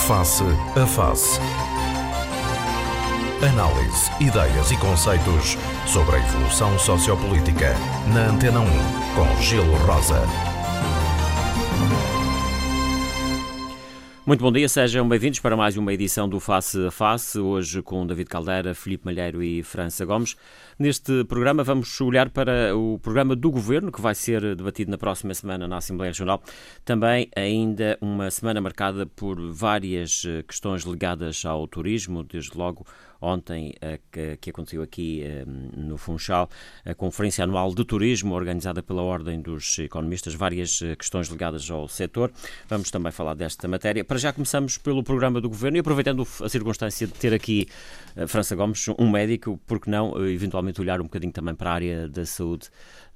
Face a Face. Análise, ideias e conceitos sobre a evolução sociopolítica. Na Antena 1, com Gelo Rosa. Muito bom dia, sejam bem-vindos para mais uma edição do Face a Face, hoje com David Caldeira, Filipe Malheiro e França Gomes. Neste programa vamos olhar para o programa do Governo, que vai ser debatido na próxima semana na Assembleia Regional. Também ainda uma semana marcada por várias questões ligadas ao turismo, desde logo ontem que aconteceu aqui no Funchal, a Conferência Anual de Turismo, organizada pela Ordem dos Economistas, várias questões ligadas ao setor. Vamos também falar desta matéria. Para já começamos pelo programa do Governo e aproveitando a circunstância de ter aqui França Gomes, um médico, porque não eventualmente olhar um bocadinho também para a área da saúde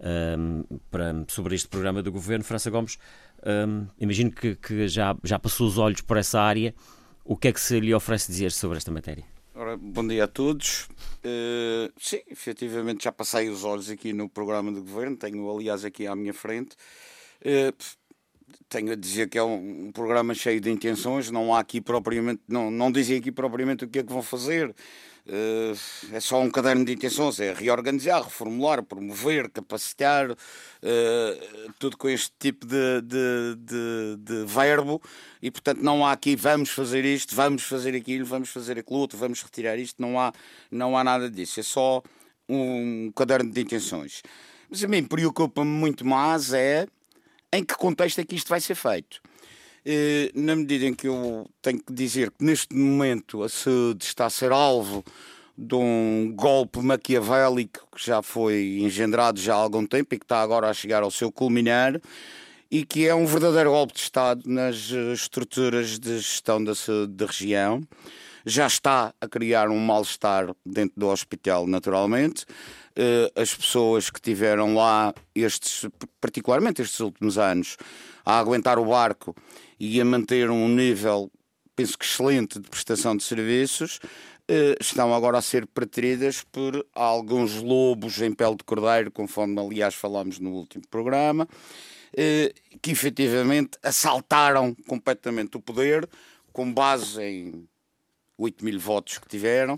sobre este programa do Governo. França Gomes, imagino que já passou os olhos por essa área. O que é que se lhe oferece dizer sobre esta matéria? Ora, bom dia a todos. Sim, efetivamente já passei os olhos aqui no programa do Governo, tenho aliás aqui à minha frente. Tenho a dizer que é um programa cheio de intenções, não há aqui propriamente, não dizem aqui propriamente o que é que vão fazer. É só um caderno de intenções, é reorganizar, reformular, promover, capacitar, tudo com este tipo de verbo, e portanto não há aqui vamos fazer isto, vamos fazer aquilo, vamos fazer aquilo outro, vamos retirar isto, não há nada disso, é só um caderno de intenções. Mas a mim preocupa-me muito mais em que contexto é que isto vai ser feito. Na medida em que eu tenho que dizer que neste momento a saúde está a ser alvo de um golpe maquiavélico que já foi engendrado já há algum tempo e que está agora a chegar ao seu culminar, e que é um verdadeiro golpe de Estado nas estruturas de gestão da saúde da região. Já está a criar um mal-estar dentro do hospital, naturalmente. As pessoas que tiveram lá, particularmente estes últimos anos, a aguentar o barco e a manter um nível, penso que excelente, de prestação de serviços, estão agora a ser preteridas por alguns lobos em pele de cordeiro, conforme aliás falámos no último programa, que efetivamente assaltaram completamente o poder, com base em 8.000 votos que tiveram.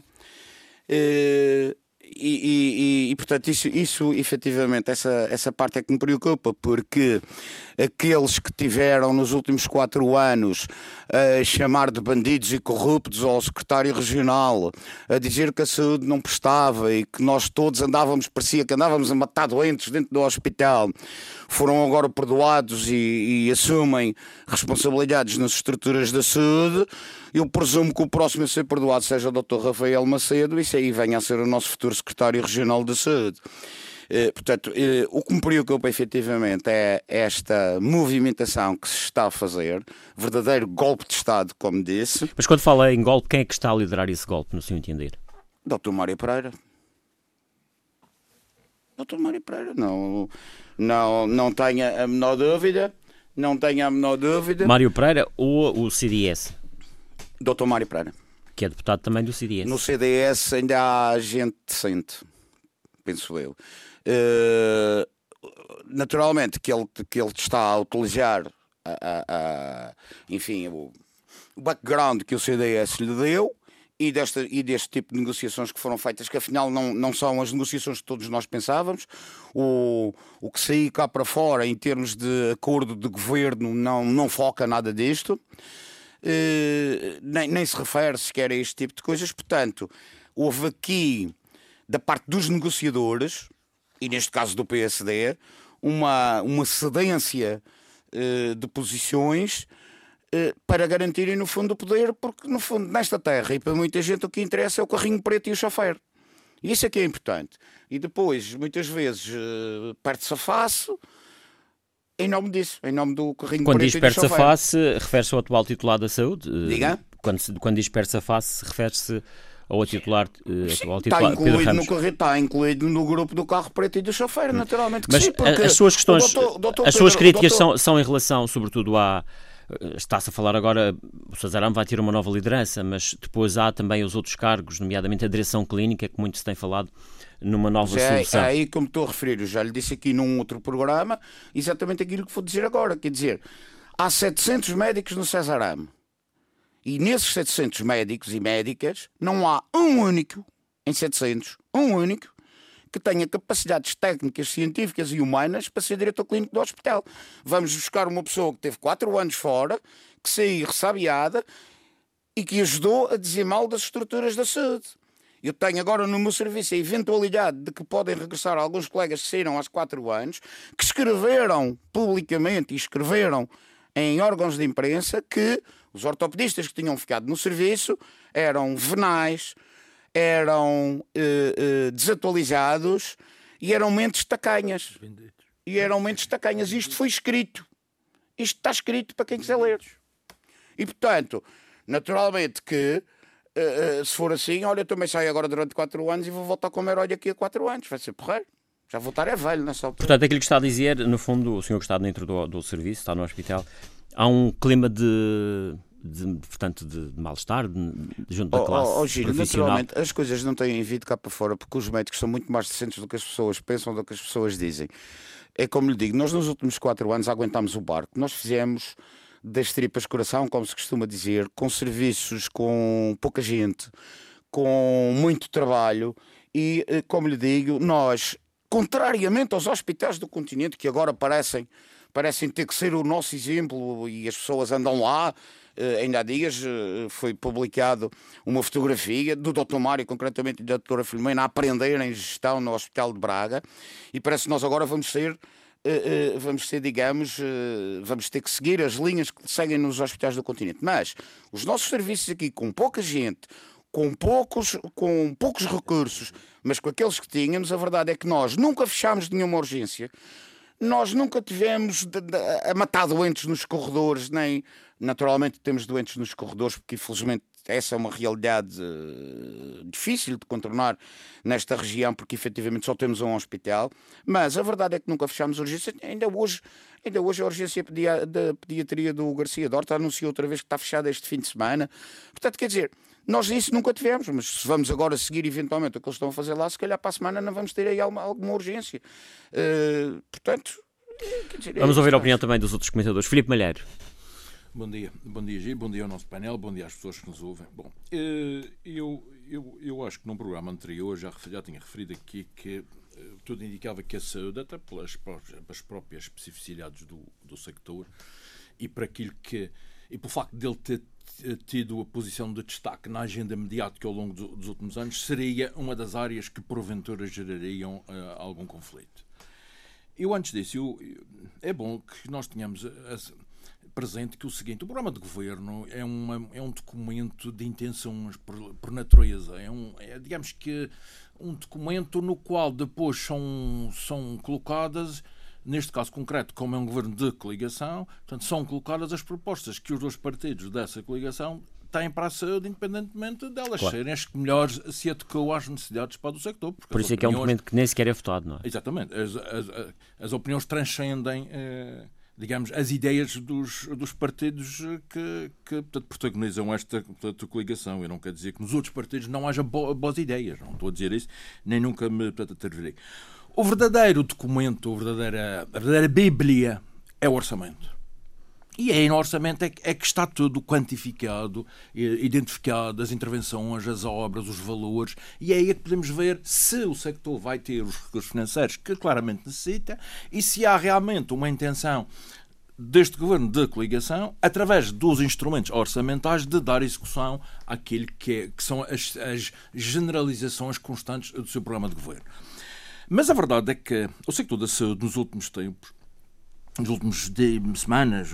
E portanto, isso efetivamente, essa parte é que me preocupa, porque aqueles que tiveram nos últimos 4 anos a chamar de bandidos e corruptos ao secretário regional, a dizer que a saúde não prestava e que nós todos parecia que andávamos a matar doentes dentro do hospital, foram agora perdoados e assumem responsabilidades nas estruturas da saúde. Eu presumo que o próximo a ser perdoado seja o Dr. Rafael Macedo, e isso aí venha a ser o nosso futuro secretário regional de saúde. Portanto, o que me preocupa efetivamente é esta movimentação que se está a fazer, verdadeiro golpe de Estado, como disse. Mas quando fala em golpe, quem é que está a liderar esse golpe, no seu entender? Dr. Mário Pereira. Dr. Mário Pereira, não tenha a menor dúvida. Não tenha a menor dúvida. Mário Pereira ou o CDS? Dr. Mário Pereira. Que é deputado também do CDS. No CDS ainda há gente decente, penso eu. Naturalmente que ele está a utilizar enfim, o background que o CDS lhe deu e deste tipo de negociações que foram feitas, que afinal não são as negociações que todos nós pensávamos. O que saiu cá para fora em termos de acordo de governo não foca nada disto. Nem se refere sequer a este tipo de coisas. Portanto, houve aqui, da parte dos negociadores, e neste caso do PSD, uma cedência de posições para garantirem, no fundo, o poder, porque, no fundo, nesta terra, e para muita gente, o que interessa é o carrinho preto e o chofer. E isso é que é importante. E depois, muitas vezes, perde-se a face em nome disso, em nome do carrinho preto e do chofer. Quando diz perde-se a face, refere-se ao atual titular da saúde? Diga? Quando diz perde-se a face, refere-se ao titular, atual está titular Pedro Ramos. Está incluído no grupo do carro preto e do chofer, naturalmente que mas sim. Porque as suas questões, as suas críticas são em relação, sobretudo, está-se a falar agora, o Sazaramo vai ter uma nova liderança, mas depois há também os outros cargos, nomeadamente a direção clínica, que muito se tem falado numa nova solução. É aí que eu me estou a referir. Eu já lhe disse aqui num outro programa exatamente aquilo que vou dizer agora. Quer dizer, há 700 médicos no Sazaramo E nesses 700 médicos e médicas, não há um único, em 700, um único, que tenha capacidades técnicas, científicas e humanas para ser diretor clínico do hospital. Vamos buscar uma pessoa que teve 4 anos fora, que saiu ressabiada e que ajudou a dizer mal das estruturas da saúde. Eu tenho agora no meu serviço a eventualidade de que podem regressar alguns colegas que saíram há 4 anos, que escreveram publicamente e escreveram em órgãos de imprensa que os ortopedistas que tinham ficado no serviço eram venais, eram desatualizados e eram mentes tacanhas. Isto foi escrito. Isto está escrito para quem quiser ler. E, portanto, naturalmente que, se for assim, olha, eu também saio agora durante 4 anos e vou voltar como herói daqui a 4 anos. Vai ser porreiro. Já vou estar velho nessa altura. Portanto, aquilo que está a dizer, no fundo, o senhor que está dentro do serviço, está no hospital, há um clima de mal-estar junto da classe Gil, profissional. naturalmente, as coisas não têm vindo cá para fora porque os médicos são muito mais decentes do que as pessoas pensam, do que as pessoas dizem. É como lhe digo, nós nos últimos 4 anos aguentámos o barco. Nós fizemos das tripas coração, como se costuma dizer, com serviços com pouca gente, com muito trabalho e, como lhe digo, nós, contrariamente aos hospitais do continente, que agora parecem ter que ser o nosso exemplo e as pessoas andam lá. Ainda há dias foi publicado uma fotografia do Dr. Mário, concretamente da Dra. Filomena, a aprenderem gestão no Hospital de Braga, e parece que nós agora vamos ter, digamos, vamos ter que seguir as linhas que seguem nos hospitais do continente. Mas os nossos serviços aqui, com pouca gente, com poucos recursos, mas com aqueles que tínhamos, a verdade é que nós nunca fechámos nenhuma urgência. Nós nunca tivemos a matar doentes nos corredores, nem naturalmente temos doentes nos corredores, porque infelizmente essa é uma realidade difícil de contornar nesta região, porque efetivamente só temos um hospital, mas a verdade é que nunca fechámos urgência. Ainda hoje a urgência da pediatria do Garcia de Horta anunciou outra vez que está fechada este fim de semana. Portanto, quer dizer, nós isso nunca tivemos, mas se vamos agora seguir eventualmente o que eles estão a fazer lá, se calhar para a semana não vamos ter aí alguma urgência. Portanto, quer dizer, vamos ouvir a opinião também dos outros comentadores. Filipe Malheiro. Bom dia, Gil, bom dia ao nosso painel, bom dia às pessoas que nos ouvem. Bom, eu acho que num programa anterior já tinha referido aqui que tudo indicava que a saúde, até pelas próprias especificidades do sector e por aquilo que, e pelo facto dele ter tido a posição de destaque na agenda mediática ao longo dos últimos anos, seria uma das áreas que porventura gerariam algum conflito. Antes disso, é bom que nós tenhamos presente que o seguinte: o programa de governo é um documento de intenções por natureza, digamos que um documento no qual depois são colocadas, neste caso concreto, como é um governo de coligação, portanto, são colocadas as propostas que os 2 partidos dessa coligação têm para a saúde, independentemente delas serem as que melhor se adequam às necessidades para o sector. Por isso é que é um documento que nem sequer é votado, não é? Exatamente. As opiniões transcendem, digamos, as ideias dos partidos que portanto, protagonizam esta coligação. Eu não quero dizer que nos outros partidos não haja boas ideias. Não estou a dizer isso, nem nunca me atreverei. O verdadeiro documento, a verdadeira Bíblia é o orçamento. E aí no orçamento é que está tudo quantificado, identificado, as intervenções, as obras, os valores, e é aí que podemos ver se o sector vai ter os recursos financeiros que claramente necessita e se há realmente uma intenção deste governo de coligação, através dos instrumentos orçamentais, de dar execução àquilo que são as generalizações constantes do seu programa de governo. Mas a verdade é que o sector da saúde nos últimos tempos, nos últimos semanas,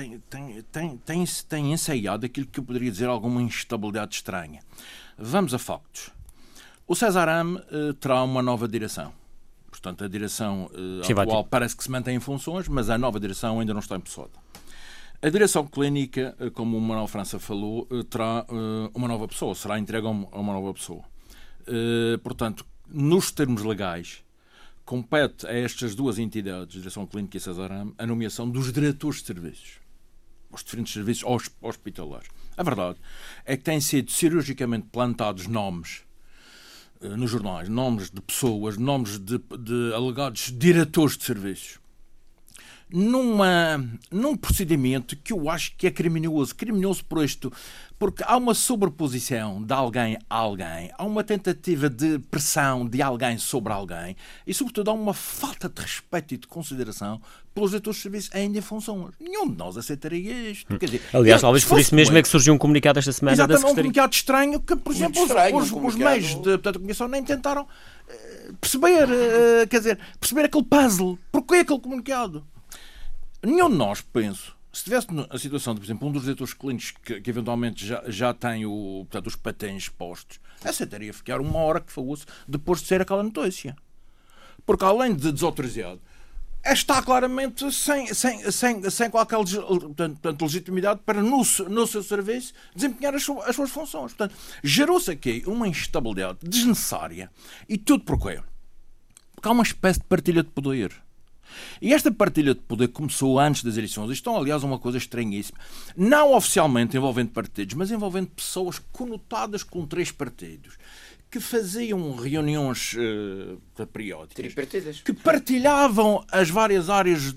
tem ensaiado aquilo que eu poderia dizer alguma instabilidade estranha. Vamos a factos. O Cesarame terá uma nova direção. Portanto, a direção atual parece que se mantém em funções, mas a nova direção ainda não está empossada. A direção clínica, como o Manuel França falou, terá uma nova pessoa, será entregue a uma nova pessoa. Portanto, nos termos legais, compete a estas 2 entidades, Direção Clínica e Cesarame, a nomeação dos diretores de serviços, os diferentes serviços hospitalares. A verdade é que têm sido cirurgicamente plantados nomes nos jornais, nomes de pessoas, nomes de alegados diretores de serviços, num procedimento que eu acho que é criminoso. Criminoso por isto, porque há uma sobreposição de alguém a alguém, há uma tentativa de pressão de alguém sobre alguém e, sobretudo, há uma falta de respeito e de consideração pelos diretores de serviços ainda em função. Nenhum de nós aceitaria isto. Quer dizer, aliás, talvez por isso mesmo é que surgiu um comunicado esta semana da Secretaria. Um comunicado estranho que, por exemplo, os meios de comunicação nem tentaram perceber, perceber aquele puzzle. Porquê aquele comunicado? Nenhum de nós, penso, se tivesse a situação de, por exemplo, um dos diretores clínicos que eventualmente já tem os patentes postos, aceitaria ficar uma hora que fosse depois de ser aquela notícia. Porque, além de desautorizado, está claramente sem qualquer legitimidade para, no seu serviço, desempenhar as suas funções. Portanto, gerou-se aqui uma instabilidade desnecessária. E tudo por quê? Porque há uma espécie de partilha de poder. E esta partilha de poder começou antes das eleições. Isto é, aliás, uma coisa estranhíssima. Não oficialmente envolvendo partidos, mas envolvendo pessoas conotadas com 3 partidos, que faziam reuniões periódicas, que partilhavam as várias áreas,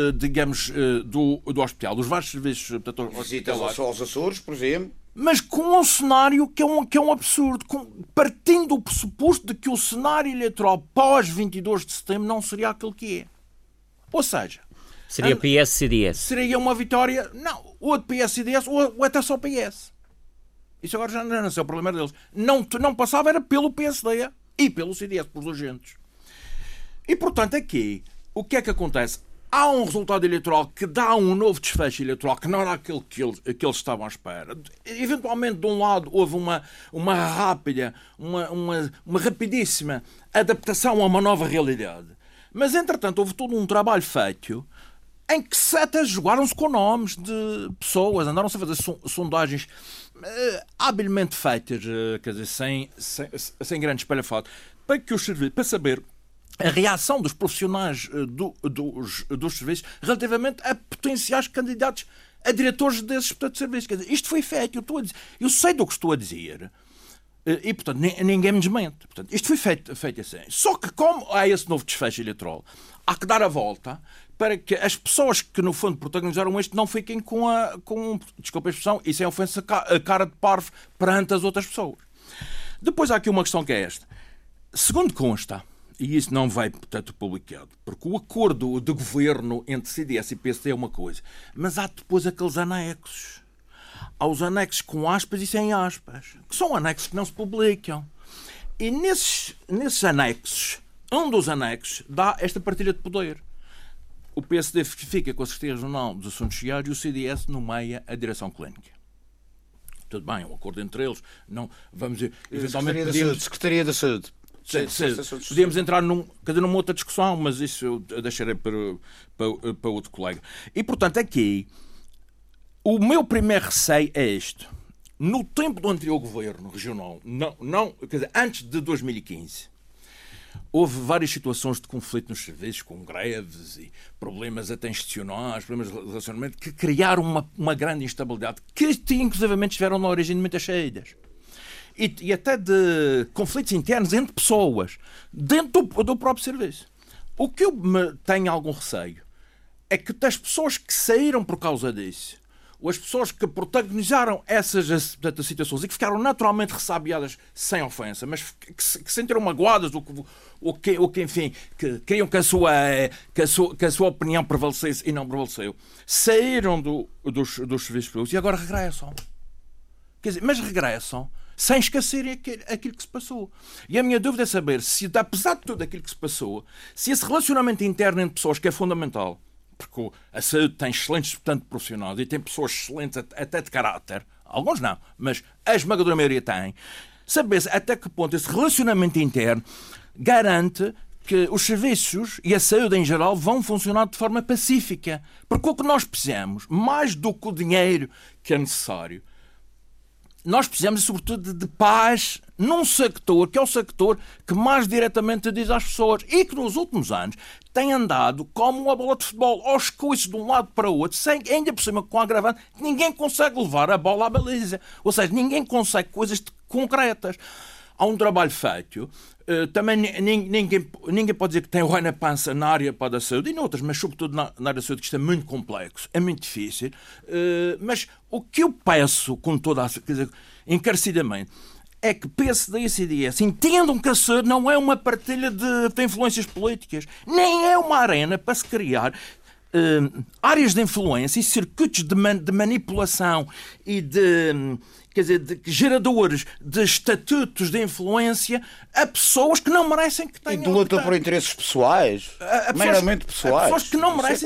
do hospital, dos vários serviços visitas aos Açores, por exemplo. Mas com um cenário que é um absurdo, partindo do pressuposto de que o cenário eleitoral pós 22 de setembro não seria aquele que é. Ou seja, seria PS-CDS. Seria uma vitória, não, ou de PS-CDS ou até só PS. Isso agora já não sei, o problema deles. Não passava, era pelo PSD e pelo CDS, pelos agentes. E, portanto, aqui, o que é que acontece? Há um resultado eleitoral que dá um novo desfecho eleitoral que não era aquele que eles estavam à espera. Eventualmente, de um lado, houve uma rápida, uma rapidíssima adaptação a uma nova realidade. Mas, entretanto, houve todo um trabalho feito em que até jogaram-se com nomes de pessoas, andaram-se a fazer sondagens habilmente feitas, quer dizer, sem grande espalhafato, para saber a reação dos profissionais dos serviços relativamente a potenciais candidatos a diretores desses serviços. Quer dizer, isto foi feito, eu sei do que estou a dizer. E, portanto, ninguém me desmente. Portanto, isto foi feito assim. Só que, como há esse novo desfecho eleitoral, há que dar a volta para que as pessoas que, no fundo, protagonizaram isto não fiquem com desculpa a expressão, e sem ofensa, a cara de parvo perante as outras pessoas. Depois há aqui uma questão que é esta. Segundo consta, e isso não vai, portanto, publicado, porque o acordo de governo entre CDS e PSD é uma coisa, mas há depois aqueles anexos. Há os anexos com aspas e sem aspas, que são anexos que não se publicam. E nesses anexos, um dos anexos dá esta partilha de poder. O PSD fica com a Secretaria-Geral dos Assuntos Sociais e o CDS nomeia a direção clínica. Tudo bem, é um acordo entre eles. Não, vamos dizer, eventualmente Secretaria da Saúde. Podíamos entrar numa outra discussão, mas isso eu deixarei para outro colega. E, portanto, aqui, o meu primeiro receio é este. No tempo do anterior governo regional, quer dizer, antes de 2015, houve várias situações de conflito nos serviços, com greves e problemas até institucionais, problemas de relacionamento, que criaram uma grande instabilidade, que inclusivamente estiveram na origem de muitas saídas. E até de conflitos internos entre pessoas, dentro do próprio serviço. O que eu tenho algum receio é que das pessoas que saíram por causa disso, ou as pessoas que protagonizaram essas situações e que ficaram naturalmente ressabiadas sem ofensa, mas que se sentiram magoadas ou que enfim, que queriam que a sua opinião prevalecesse e não prevaleceu, saíram dos serviços públicos e agora regressam. Quer dizer, mas regressam sem esquecerem aquilo que se passou. E a minha dúvida é saber se, apesar de tudo aquilo que se passou, se esse relacionamento interno entre pessoas, que é fundamental, porque a saúde tem excelentes, portanto, profissionais e tem pessoas excelentes até de caráter, alguns não, mas a esmagadora maioria tem, saber até que ponto esse relacionamento interno garante que os serviços e a saúde em geral vão funcionar de forma pacífica. Porque o que nós precisamos, mais do que o dinheiro que é necessário, nós precisamos, sobretudo, de paz num sector, que é o sector que mais diretamente diz às pessoas e que nos últimos anos tem andado como uma bola de futebol, aos coices de um lado para o outro, sem, ainda por cima com a agravante, ninguém consegue levar a bola à baliza. Ou seja, ninguém consegue coisas concretas. há um trabalho feito. Também ninguém pode dizer que tem o rei na pança na área da saúde e noutras, mas sobretudo na área da saúde, que isto é muito complexo, é muito difícil. Mas o que eu peço, com toda quer dizer, encarecidamente, é que PSD e CDS entendam que a saúde não é uma partilha de influências políticas, nem é uma arena para se criar áreas de influência e circuitos de manipulação e de geradores de estatutos de influência a pessoas que não merecem que tenham. E de luta por interesses pessoais, meramente pessoais. Pessoas que não merecem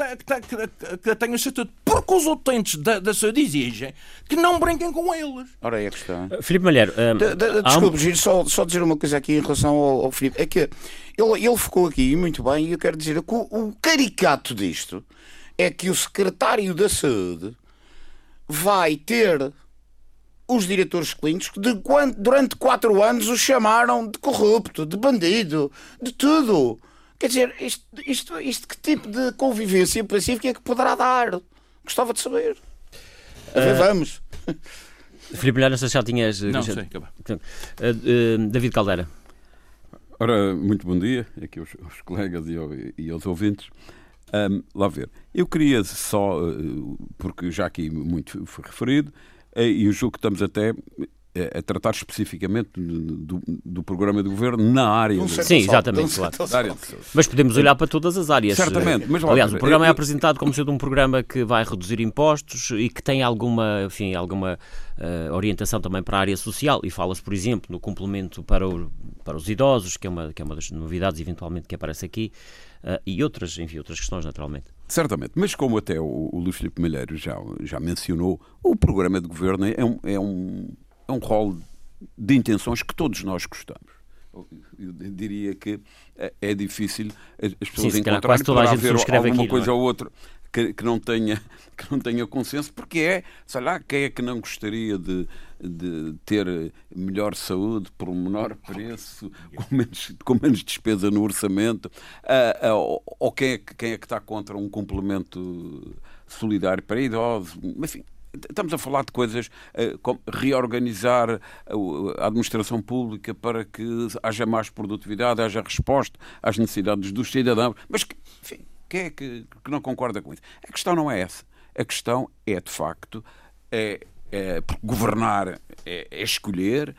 que tenham estatuto. Porque os utentes da saúde exigem que não brinquem com eles. Ora, aí a questão. Filipe Malheiro, desculpe, Giro, só dizer uma coisa aqui em relação ao Filipe. É que ele ficou aqui muito bem e eu quero dizer que o caricato disto é que o secretário da Saúde vai ter os diretores clínicos que durante 4 anos o chamaram de corrupto, de bandido, de tudo. Quer dizer, isto que tipo de convivência pacífica é que poderá dar? Gostava de saber. Vamos. Filipe Malheiro, não sei se já tinhas... Não, sei, acaba. David Caldeira. Ora, muito bom dia aqui aos colegas e aos ouvintes. Lá ver. Eu queria só, porque já aqui muito foi referido, e eu julgo que estamos até a tratar especificamente do programa de governo na área. Sim, exatamente, claro. Mas podemos olhar para todas as áreas. Certamente. Mas, aliás, o programa é apresentado como sendo um programa que vai reduzir impostos e que tem alguma orientação também para a área social. E fala-se, por exemplo, no complemento para os idosos, que é uma das novidades, eventualmente, que aparece aqui, e outras questões, naturalmente. Certamente, mas como até o Luís Filipe Malheiro já mencionou, o programa de governo é um rol de intenções que todos nós gostamos. Eu diria que é difícil as pessoas encontrarem para haver alguma coisa ou outra que não tenha consenso, porque sei lá, quem é que não gostaria de ter melhor saúde por um menor preço, com menos despesa no orçamento, ou quem é que está contra um complemento solidário para idosos, enfim. Estamos a falar de coisas como reorganizar a administração pública para que haja mais produtividade, haja resposta às necessidades dos cidadãos. Mas, enfim, quem é que não concorda com isso? A questão não é essa. A questão é, de facto, governar é escolher,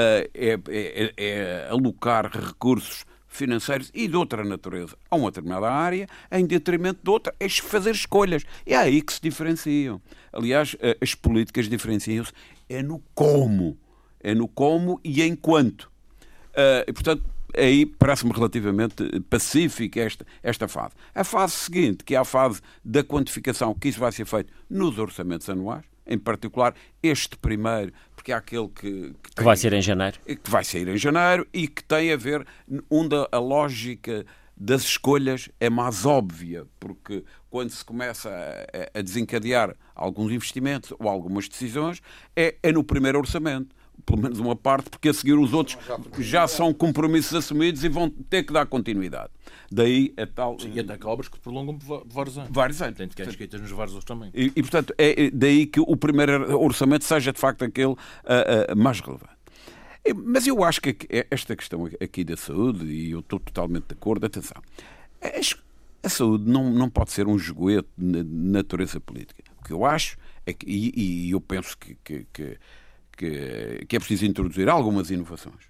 é alocar recursos financeiros e de outra natureza a uma determinada área, em detrimento de outra, é fazer escolhas. É aí que se diferenciam. Aliás, as políticas diferenciam-se no como e em quanto. E, portanto, aí parece-me relativamente pacífica esta fase. A fase seguinte, que é a fase da quantificação, que isso vai ser feito nos orçamentos anuais, em particular este primeiro, porque é aquele que vai ser em janeiro. Que vai sair em janeiro e que tem a ver onde a lógica das escolhas é mais óbvia, porque quando se começa a desencadear alguns investimentos ou algumas decisões, é no primeiro orçamento. Pelo menos uma parte, porque a seguir os outros já são compromissos assumidos e vão ter que dar continuidade. Daí a tal... Sim, e até obras que se prolongam por vários anos. Vários anos. Tem que ser escritas nos vários orçamentos. E, portanto, é daí que o primeiro orçamento seja, de facto, aquele mais relevante. Mas eu acho que esta questão aqui da saúde, e eu estou totalmente de acordo, atenção, a saúde não pode ser um joguete de natureza política. O que eu acho é que, e eu penso que é preciso introduzir algumas inovações.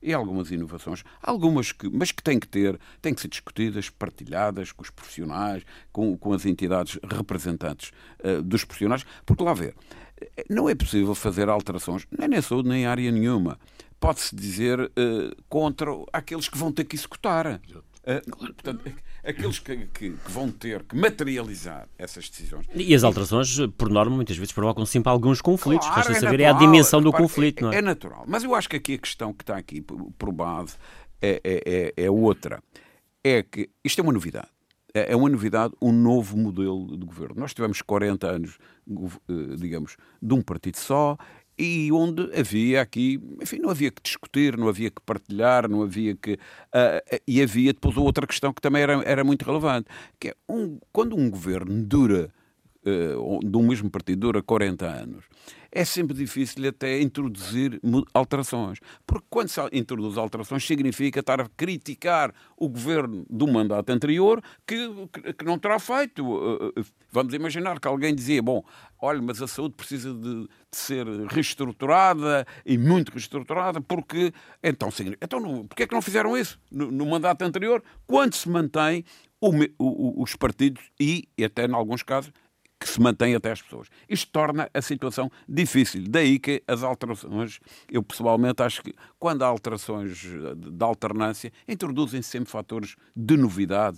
Mas que têm que ser discutidas, partilhadas com os profissionais, com as entidades representantes dos profissionais, porque lá ver, não é possível fazer alterações, nem na saúde, nem em área nenhuma. Pode-se dizer contra aqueles que vão ter que executar. Portanto, aqueles que vão ter que materializar essas decisões. E as alterações, por norma, muitas vezes provocam sempre alguns conflitos. Claro, Resta saber a dimensão do conflito, não é? É natural. Mas eu acho que aqui a questão que está aqui por base é outra. É que isto é uma novidade. É uma novidade, um novo modelo de governo. Nós tivemos 40 anos, digamos, de um partido só, e onde havia aqui, enfim, não havia que discutir, não havia que partilhar, não havia que... e havia depois outra questão que também era muito relevante, que é quando um governo dura de um mesmo partido dura 40 anos, é sempre difícil até introduzir alterações. Porque quando se introduz alterações significa estar a criticar o governo do mandato anterior que não terá feito. Vamos imaginar que alguém dizia, bom, olha, mas a saúde precisa de ser reestruturada e muito reestruturada porque... Então porquê é que não fizeram isso no mandato anterior? Quando se mantém os partidos e até, em alguns casos, que se mantém até as pessoas. Isto torna a situação difícil. Daí que as alterações, eu pessoalmente acho que quando há alterações de alternância, introduzem-se sempre fatores de novidade.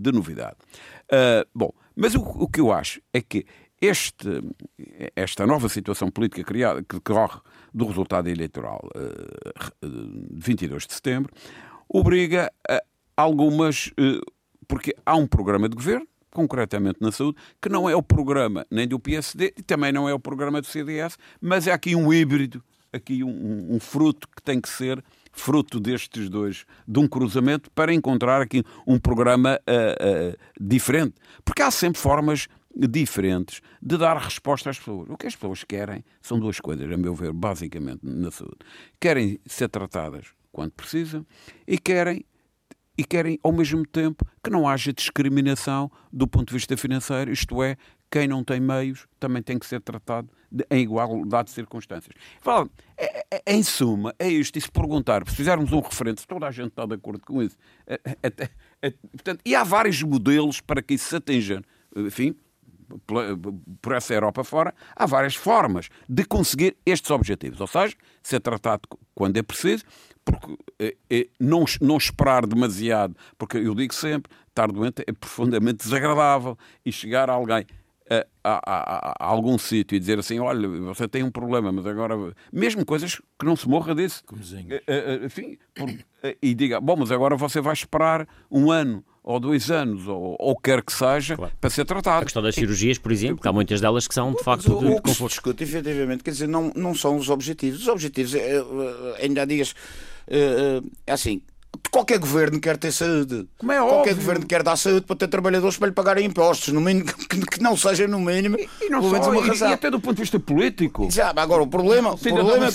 Bom, mas o que eu acho é que esta nova situação política criada, que decorre do resultado eleitoral de 22 de setembro, obriga a algumas... Porque há um programa de governo, concretamente na saúde, que não é o programa nem do PSD e também não é o programa do CDS, mas é aqui um híbrido, aqui um fruto que tem que ser fruto destes dois, de um cruzamento, para encontrar aqui um programa diferente. Porque há sempre formas diferentes de dar resposta às pessoas. O que as pessoas querem são duas coisas, a meu ver, basicamente, na saúde. Querem ser tratadas quando precisam e querem, ao mesmo tempo, que não haja discriminação do ponto de vista financeiro, isto é, quem não tem meios também tem que ser tratado em igualdade de circunstâncias. Fala, em suma, é isto. E se perguntar, se fizermos um referendo, se toda a gente está de acordo com isso, portanto, e há vários modelos para que isso se atinja, enfim, por essa Europa fora, há várias formas de conseguir estes objetivos. Ou seja, ser tratado quando é preciso, porque não esperar demasiado, porque eu digo sempre, estar doente é profundamente desagradável, e chegar a alguém a algum sítio e dizer assim, olha, você tem um problema, mas agora... Mesmo coisas que não se morra disso. Enfim, e diga, bom, mas agora você vai esperar 1 ano ou 2 anos, ou quer que seja, claro, para ser tratado. A questão das cirurgias, por exemplo, porque há muitas delas que são, de facto, de conforto. O que se discute, efetivamente, quer dizer, não são os objetivos. Os objetivos, ainda há dias, é assim, qualquer governo quer ter saúde. Como é qualquer óbvio. Governo quer dar saúde para ter trabalhadores para lhe pagarem impostos, no mínimo, que não seja no mínimo, e não só, uma razão. E até do ponto de vista político. Agora, o problema que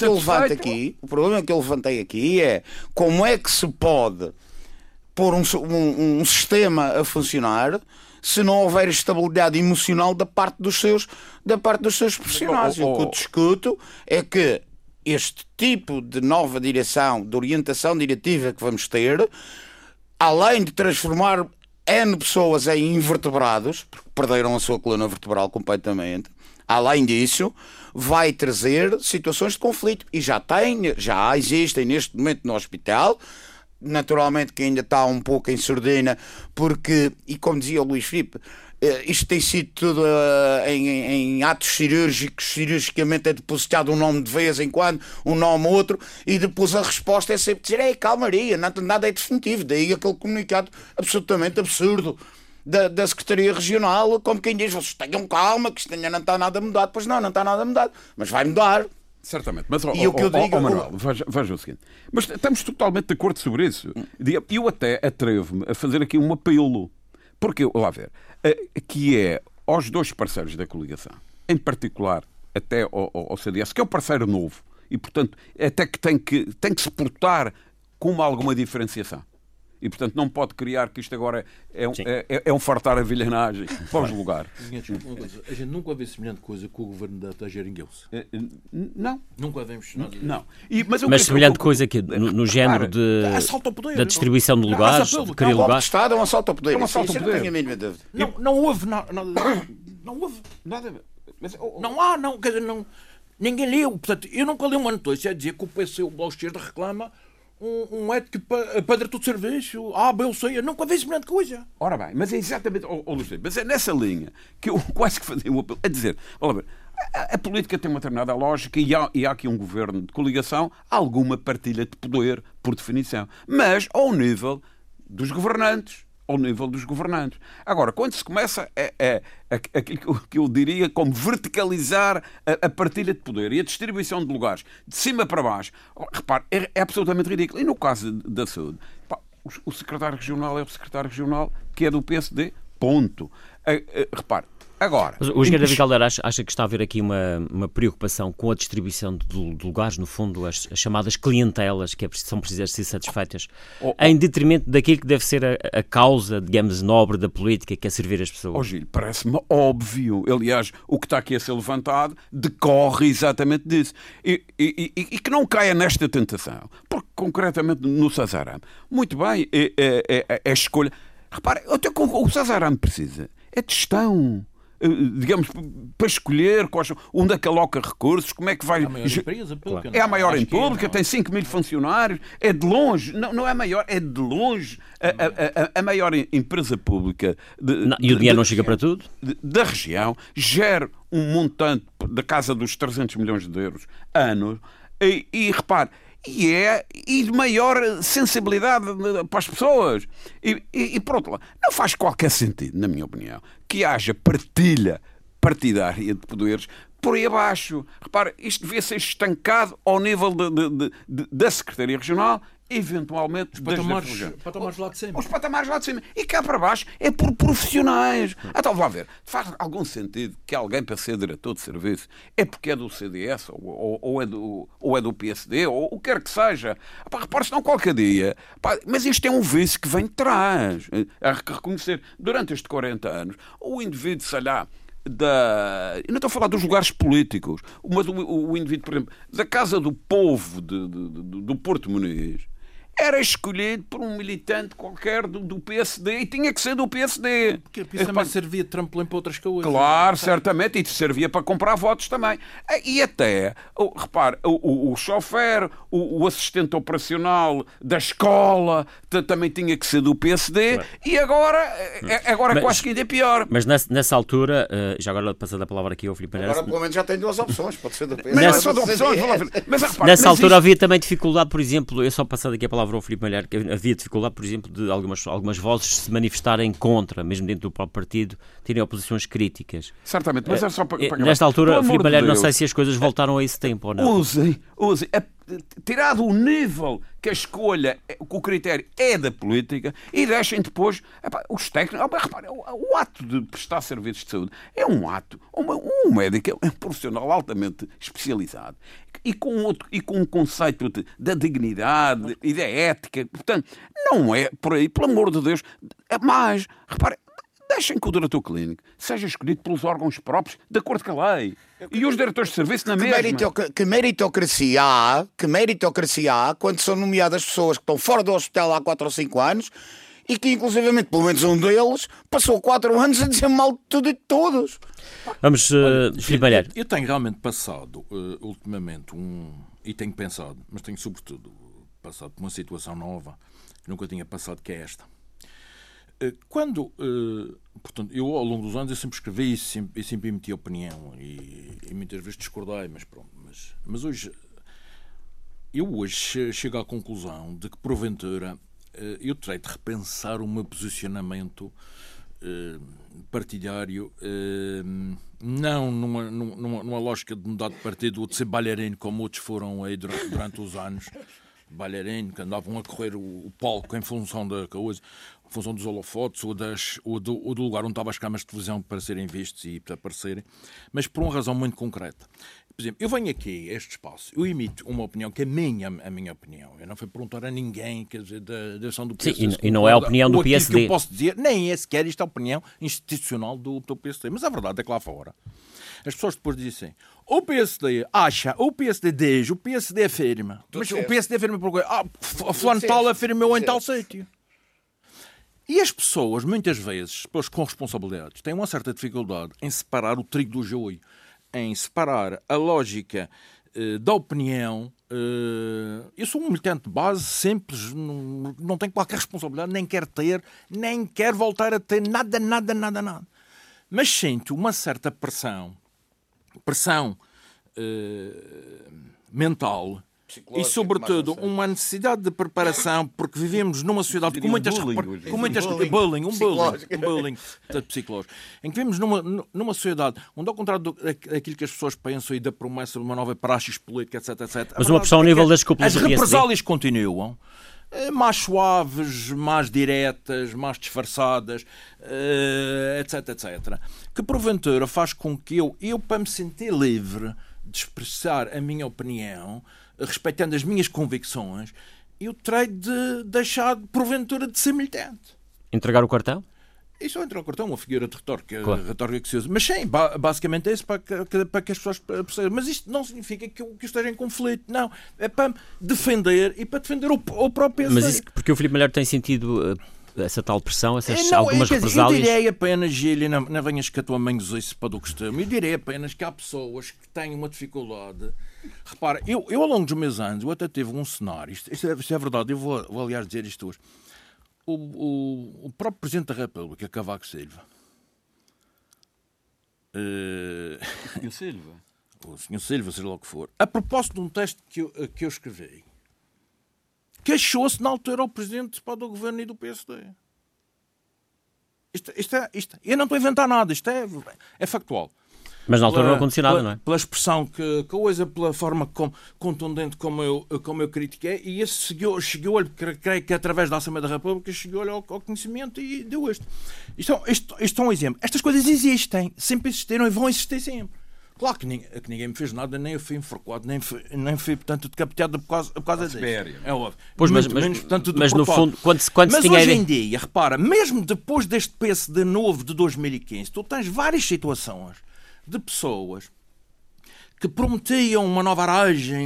eu levantei aqui é como é que se pode pôr um sistema a funcionar se não houver estabilidade emocional da parte dos seus profissionais. O que eu discuto é que este tipo de nova direção, de orientação diretiva que vamos ter, além de transformar N pessoas em invertebrados, porque perderam a sua coluna vertebral completamente, além disso, vai trazer situações de conflito. E já existem neste momento no hospital, naturalmente que ainda está um pouco em surdina, porque, e como dizia o Luís Filipe, isto tem sido tudo em atos cirurgicamente é depositado um nome de vez em quando, um nome outro, e depois a resposta é sempre dizer, calmaria, nada é definitivo. Daí aquele comunicado absolutamente absurdo da Secretaria Regional, como quem diz, vocês tenham calma, que isto ainda não está nada mudado. Pois não está nada mudado, mas vai mudar. Certamente, mas Manuel, veja o seguinte, mas estamos totalmente de acordo sobre isso. Eu até atrevo-me a fazer aqui um apelo, porque, lá ver, que é aos dois parceiros da coligação, em particular até ao CDS, que é o parceiro novo, e portanto até que tem que se portar com alguma diferenciação. E, portanto, não pode criar que isto agora é um fartar a vilhanagem para os lugares. A gente nunca vê semelhante coisa com o governo da Tageringueu-se. Não. Nunca vemos nada. Não. Mas semelhante coisa que no género da distribuição de lugares, de criar lugares. Estado é um assalto ao poder. É um assalto ao poder. Não tenho a mínima dúvida. Não houve nada. Não houve nada. Não, quer dizer, não. Ninguém leu. Portanto, eu nunca li uma notícia a dizer que o PC, o Bloco de Esquerda, reclama um ético para diretor de serviço, B ou C, eu nunca vi semelhante coisa. Ora bem, mas é exatamente, mas é nessa linha que eu quase que fazia o apelo, a dizer, olha bem, a política tem uma determinada lógica e há aqui um governo de coligação, há alguma partilha de poder, por definição, mas ao nível dos governantes. Agora, quando se começa aquilo que eu diria como verticalizar a partilha de poder e a distribuição de lugares de cima para baixo, repare, é absolutamente ridículo. E no caso da saúde, o secretário regional é o secretário regional que é do PSD, ponto. Repare, Agora, mas o engenheiro David Caldeira acha que está a haver aqui uma preocupação com a distribuição de lugares, no fundo, as chamadas clientelas, que são precisas ser satisfeitas, em detrimento daquilo que deve ser a causa, digamos, nobre da política, que é servir as pessoas? Gil, parece-me óbvio. Aliás, o que está aqui a ser levantado decorre exatamente disso. E que não caia nesta tentação. Porque, concretamente, no Sazaram, muito bem, é a escolha. Repare, até que o Sazaram precisa é de gestão. Digamos, para escolher onde é que aloca recursos, como é que vai... É a maior empresa pública. É a maior em pública, tem 5.000 funcionários, é de longe, não é maior, é de longe a maior empresa pública. E o dinheiro não chega para tudo? Da região, gera um montante da casa dos 300 milhões de euros ano, e repare, e de maior sensibilidade para as pessoas. E por outro lado, não faz qualquer sentido, na minha opinião, que haja partilha partidária de poderes por aí abaixo. Repare, isto devia ser estancado ao nível da Secretaria Regional, eventualmente os patamares lá de cima. Os patamares lá de cima. E cá para baixo é por profissionais. Então, vá ver. Faz algum sentido que alguém, para ser diretor de serviço, é porque é do CDS ou é do PSD ou o que quer que seja. Repare, senão qualquer dia. Mas isto é um vício que vem de trás. Há que reconhecer. Durante estes 40 anos, o indivíduo, sei lá, eu não estou a falar dos lugares políticos, mas o indivíduo, por exemplo, da Casa do Povo do Porto Muniz, era escolhido por um militante qualquer do PSD e tinha que ser do PSD. Porque isso também servia de trampolim para outras coisas. Claro, certamente, e servia para comprar votos também. E até, repare, o chofer, o assistente operacional da escola também tinha que ser do PSD, claro. E agora quase que ainda é pior. Mas nessa altura, já agora passando a palavra aqui ao Filipe Malheiro... Agora pelo menos já tem duas opções, pode ser do PSD. Nessa altura havia também dificuldade, por exemplo, eu só passando aqui a palavra ao Filipe Malheiro, que havia dificuldade, por exemplo, de algumas vozes se manifestarem contra, mesmo dentro do próprio partido, terem oposições críticas. Certamente, mas é só para... Nesta altura, Filipe Malheiro, não sei se as coisas voltaram a esse tempo ou não. Usem. Tirado o nível que a escolha, que o critério é da política, e deixem depois os técnicos. Repare, o ato de prestar serviços de saúde é um ato. Um médico é um profissional altamente especializado e com um conceito da dignidade e da ética. Portanto, não é por aí, pelo amor de Deus. Mas, repare, deixem que o diretor clínico seja escolhido pelos órgãos próprios, de acordo com a lei. E os diretores de serviço na mesma. Que meritocracia há quando são nomeadas pessoas que estão fora do hospital há 4 ou 5 anos e que, inclusivamente, pelo menos um deles passou 4 anos a dizer mal de tudo e de todos. Vamos, Filipe Malheiro. Eu tenho realmente passado, ultimamente, e tenho pensado, mas tenho sobretudo passado por uma situação nova que nunca tinha passado, que é esta. Portanto, eu ao longo dos anos eu sempre escrevi e sempre emiti opinião e muitas vezes discordei, mas pronto. Mas hoje chego à conclusão de que, porventura, eu terei de repensar o meu posicionamento partidário, não numa lógica de mudar de partido ou de ser balharino, como outros foram aí durante os anos. Balharino, que andavam a correr o palco em função da coisa, em função dos holofotes ou do lugar onde estavam as câmaras de televisão para serem vistos e para aparecerem, mas por uma razão muito concreta. Por exemplo, eu venho aqui a este espaço, eu emito uma opinião que é a minha opinião. Eu não fui perguntar a ninguém, quer dizer, da direção do PSD. Sim, e não é a opinião do PSD. Que eu posso dizer, nem é sequer isto a opinião institucional do PSD. Mas a verdade é que lá fora as pessoas depois dizem assim, o PSD acha, o PSD diz, o PSD afirma. Mas o PSD afirma por quê? Fulano tal afirmou em tal sítio. E as pessoas, muitas vezes, depois com responsabilidades, têm uma certa dificuldade em separar o trigo do joio, em separar a lógica da opinião. Eu sou um militante de base, simples, não tenho qualquer responsabilidade, nem quero ter, nem quero voltar a ter nada. Mas sinto uma certa pressão mental e, sobretudo, uma necessidade de preparação, porque vivemos numa sociedade com muitas bullying psicológico, em que vivemos numa sociedade onde, ao contrário daquilo que as pessoas pensam e da promessa de uma nova praxis política, etc. Mas uma pressão ao nível das cúpulas as represálias continuam. mais suaves, mais diretas, mais disfarçadas, etc, etc. Que porventura faz com que eu, para me sentir livre de expressar a minha opinião, respeitando as minhas convicções, eu terei de deixar, porventura, de ser militante. Entregar o cartão? Isso é entrar o cartão, uma figura de retórica, claro. Retórica que se usa. Mas sim, basicamente é isso para que as pessoas percebam. Mas isto não significa que eu esteja em conflito, não. É para defender e para defender o próprio PSD. Mas isso porque o Filipe Malheiro tem sentido essa tal pressão, algumas represálias? Eu direi apenas, Gílio, não venhas que a tua mãe usou isso para do costume, eu direi apenas que há pessoas que têm uma dificuldade. Repara, eu ao longo dos meus anos, eu até tive um cenário, isto é verdade, eu vou aliás dizer isto hoje. O próprio Presidente da República, Cavaco Silva. O Silva? O Sr. Silva, seja lá o que for. A propósito de um texto que eu escrevi, queixou-se na altura ao Presidente do Governo e do PSD. Isto, eu não estou a inventar nada, isto é factual. Mas na altura não aconteceu nada, não é? Pela expressão que usa, pela forma contundente como eu critiquei, e esse chegou-lhe, creio que através da Assembleia da República, chegou-lhe ao conhecimento e deu isto. Isto é um exemplo. Estas coisas existem, sempre existiram e vão existir sempre. Claro que ninguém me fez nada, nem eu fui enforcado, nem fui, portanto, decapitado por causa disso. É óbvio. Pois, mas no fundo, quando se tinha hoje em dia, repara, mesmo depois deste PSD novo de 2015, tu tens várias situações de pessoas que prometiam uma nova aragem,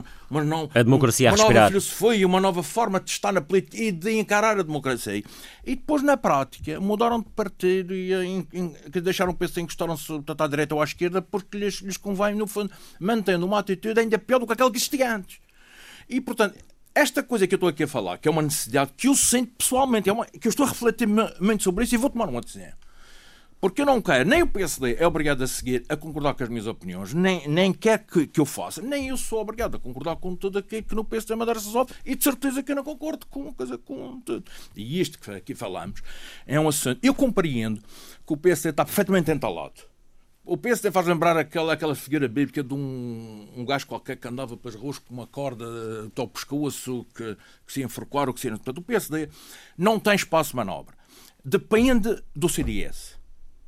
a democracia a respirar, nova filosofia, uma nova forma de estar na política e de encarar a democracia. E depois, na prática, mudaram de partido e deixaram o PC, encostaram-se à direita ou à esquerda porque lhes convém, no fundo, mantendo uma atitude ainda pior do que aquela que existia antes. E, portanto, esta coisa que eu estou aqui a falar, que é uma necessidade que eu sinto pessoalmente, que eu estou a refletir muito sobre isso e vou tomar uma decisão. Porque eu não quero, nem o PSD é obrigado a seguir, a concordar com as minhas opiniões, nem quer que eu faça, nem eu sou obrigado a concordar com tudo aquilo que no PSD Madeira se resolve, e de certeza que eu não concordo com tudo. E isto que aqui falamos é um assunto. Eu compreendo que o PSD está perfeitamente entalado. O PSD faz lembrar aquela figura bíblica de um gajo qualquer que andava pelas ruas com uma corda ao pescoço, que se ia enforcar ou que se ia... Portanto, o PSD não tem espaço de manobra. Depende do CDS.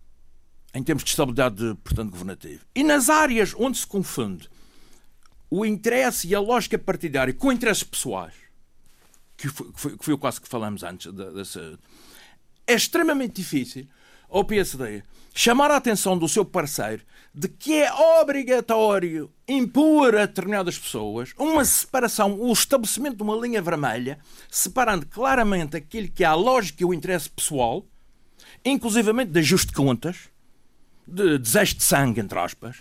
Em termos de estabilidade, portanto, governativa. E nas áreas onde se confunde o interesse e a lógica partidária com interesses pessoais, que foi o caso que falamos antes da saúde, é extremamente difícil ao PSD chamar a atenção do seu parceiro de que é obrigatório impor a determinadas pessoas uma separação, o estabelecimento de uma linha vermelha, separando claramente aquilo que é a lógica e o interesse pessoal, inclusivamente de ajuste de contas, de desejo de sangue, entre aspas,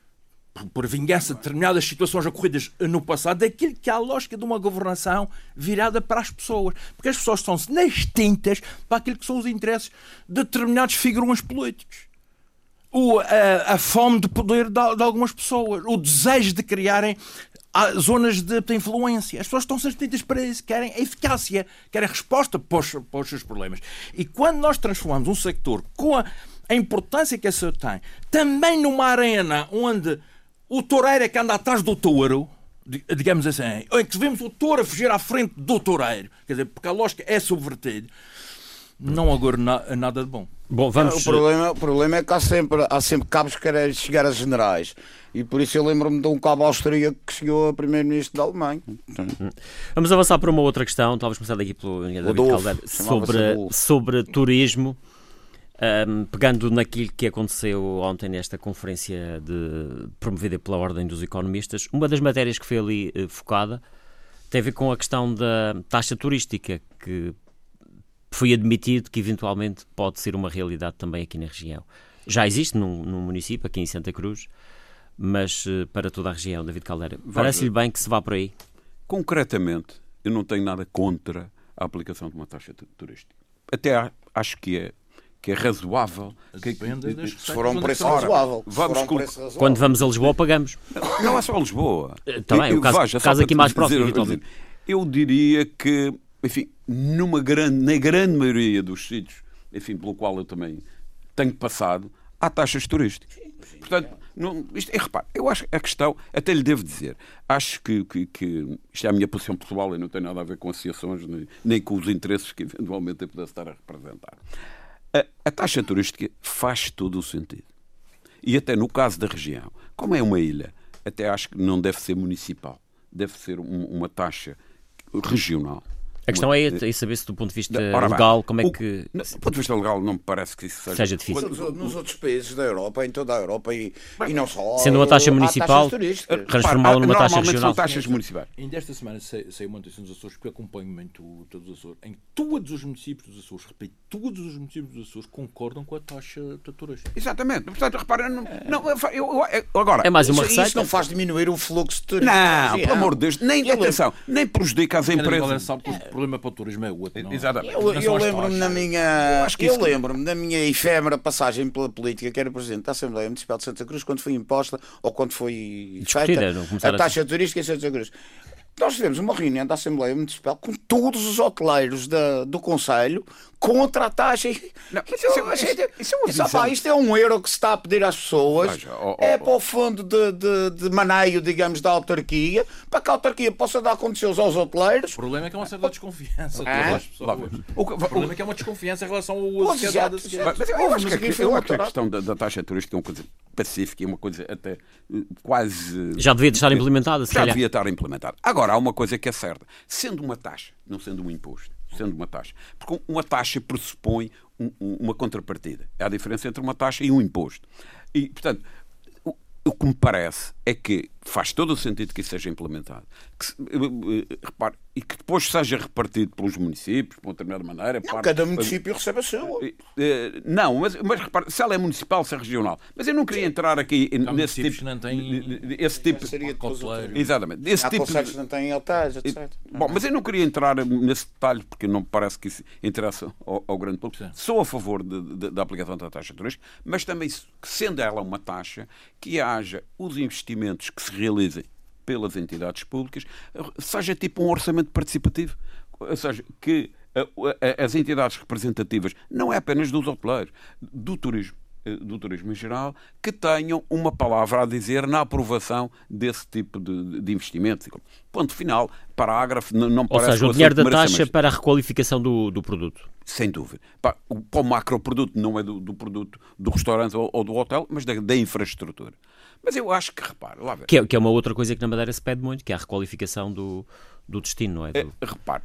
por vingança de determinadas situações ocorridas no passado, daquilo que é a lógica de uma governação virada para as pessoas. Porque as pessoas estão-se nas tintas para aquilo que são os interesses de determinados figurões políticos. A fome de poder de algumas pessoas, o desejo de criarem zonas de influência. As pessoas estão-se nas tintas para isso, querem eficácia, querem resposta para os seus problemas. E quando nós transformamos um sector com a importância que a saúde tem, também numa arena onde o toureiro é que anda atrás do touro, digamos assim, ou em que vemos o touro a fugir à frente do toureiro, quer dizer, porque a lógica é subvertida, não agora nada de bom. Bom, vamos... O problema é que há sempre cabos que querem chegar a generais. E por isso eu lembro-me de um cabo austríaco que chegou a primeiro-ministro da Alemanha. Vamos avançar para uma outra questão, talvez começar daqui pelo David Caldeira, sobre turismo. Pegando naquilo que aconteceu ontem nesta conferência promovida pela Ordem dos Economistas, uma das matérias que foi ali focada tem a ver com a questão da taxa turística, que foi admitido que eventualmente pode ser uma realidade também aqui na região. Já existe num município, aqui em Santa Cruz, mas para toda a região. David Caldeira, parece-lhe bem que se vá por aí? Concretamente, eu não tenho nada contra a aplicação de uma taxa turística. Até acho que é razoável. Se for um preço razoável. Quando vamos a Lisboa, pagamos. Não é só a Lisboa. Também, o caso aqui mais próximo. Eu diria que, enfim, na grande maioria dos sítios, enfim, pelo qual eu também tenho passado, há taxas turísticas. Portanto, repare, eu acho que a questão, até lhe devo dizer, acho que isto é a minha posição pessoal e não tem nada a ver com associações nem com os interesses que eventualmente eu pudesse estar a representar. A taxa turística faz todo o sentido. E até no caso da região, como é uma ilha, até acho que não deve ser municipal, deve ser uma taxa regional. A questão é saber se do ponto de vista legal, como é que... Do ponto de vista legal não me parece que isso seja difícil. Nos outros países da Europa, em toda a Europa e não só... Sendo uma taxa municipal, transformá-la numa taxa regional. São taxas municipais. Ainda esta semana saiu uma notícia dos Açores, porque acompanho muito todos os Açores, em todos os municípios dos Açores, repito, todos os municípios dos Açores concordam com a taxa turística. Exatamente. Portanto, repara, agora... É mais uma receita. Isso não faz diminuir o fluxo de turismo. Não, pelo amor de Deus, nem prejudica as empresas. O problema para o turismo é outro. Exatamente. Eu lembro-me na minha efêmera passagem pela política, que era presidente da Assembleia Municipal de Santa Cruz, quando foi imposta ou quando foi feita a taxa turística em Santa Cruz. Nós tivemos uma reunião da Assembleia Municipal com todos os hoteleiros do Conselho contra a taxa. Isto é um euro que se está a pedir às pessoas. Para o fundo de maneio, digamos, da autarquia, para que a autarquia possa dar condições aos hoteleiros. O problema é que é uma certa desconfiança das pessoas. O problema é que é uma desconfiança em relação ao uso que é dado. Mas eu acho que a questão da taxa turística é uma coisa pacífica, é uma coisa até quase... Já devia estar implementada, se calhar. Já devia estar implementada. Agora, há uma coisa que é certa. Sendo uma taxa, não sendo um imposto, sendo uma taxa. Porque uma taxa pressupõe uma contrapartida. Há a diferença entre uma taxa e um imposto. E, portanto, o que me parece é que faz todo o sentido que isso seja implementado. Repare, e que depois seja repartido pelos municípios, de uma determinada maneira. Cada município recebe a sua. Não, mas repare, se ela é municipal, se é regional. Mas eu não queria entrar aqui nesse tipo... Não tem... Esse tipo... Exatamente. Esse tipo de... não têm hotéis, etc. Bom, mas eu não queria entrar nesse detalhe, porque não me parece que isso interessa ao grande público. Sou a favor da aplicação da taxa turística, mas também, sendo ela uma taxa, que haja os investimentos que se realizem pelas entidades públicas, seja tipo um orçamento participativo. Ou seja, que as entidades representativas, não é apenas dos hoteleiros, do turismo em geral, que tenham uma palavra a dizer na aprovação desse tipo de investimentos. Ponto final, parágrafo, não parece... Ou seja, o dinheiro da taxa para a requalificação do produto. Sem dúvida. Para o macroproduto, não é do produto do restaurante ou do hotel, mas da infraestrutura. Mas eu acho que, repare, lá ver. Que é uma outra coisa que na Madeira se pede muito, que é a requalificação do destino, não é? Repare,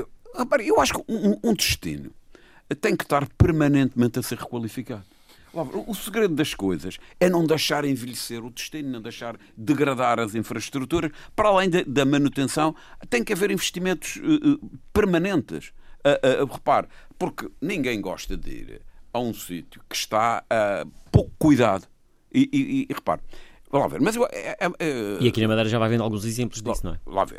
eu acho que um destino tem que estar permanentemente a ser requalificado. O segredo das coisas é não deixar envelhecer o destino, não deixar degradar as infraestruturas. Para além da manutenção, tem que haver investimentos permanentes. Repare, porque ninguém gosta de ir a um sítio que está pouco cuidado. E repare, lá ver, mas e aqui na Madeira já vai vendo alguns exemplos disso, não é? Lá ver,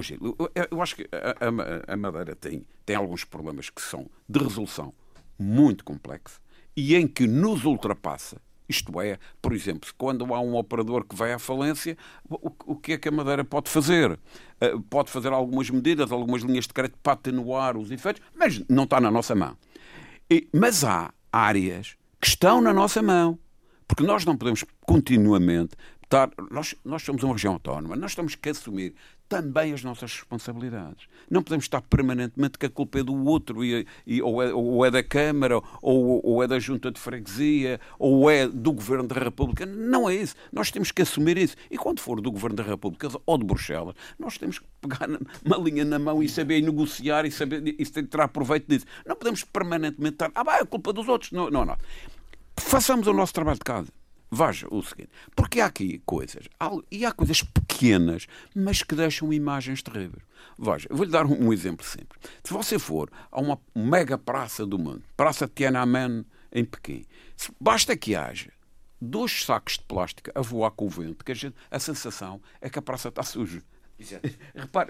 eu acho que a Madeira tem alguns problemas que são de resolução muito complexos e em que nos ultrapassa. Isto é, por exemplo, quando há um operador que vai à falência, o que é que a Madeira pode fazer? Pode fazer algumas medidas, algumas linhas de crédito para atenuar os efeitos, mas não está na nossa mão. Mas há áreas que estão na nossa mão. Porque nós não podemos continuamente estar... Nós somos uma região autónoma, nós temos que assumir também as nossas responsabilidades. Não podemos estar permanentemente que a culpa é do outro, ou é da Câmara, ou é da Junta de Freguesia, ou é do Governo da República. Não é isso. Nós temos que assumir isso. E quando for do Governo da República ou de Bruxelas, nós temos que pegar uma linha na mão e saber negociar e tirar proveito disso. Não podemos permanentemente estar... é a culpa dos outros. Não. Façamos o nosso trabalho de casa. Veja o seguinte, porque há aqui coisas, e há coisas pequenas, mas que deixam imagens terríveis. Veja, eu vou-lhe dar um exemplo simples. Se você for a uma mega praça do mundo, Praça de Tiananmen, em Pequim, basta que haja 2 sacos de plástico a voar com o vento, que a sensação é que a praça está suja. Repare,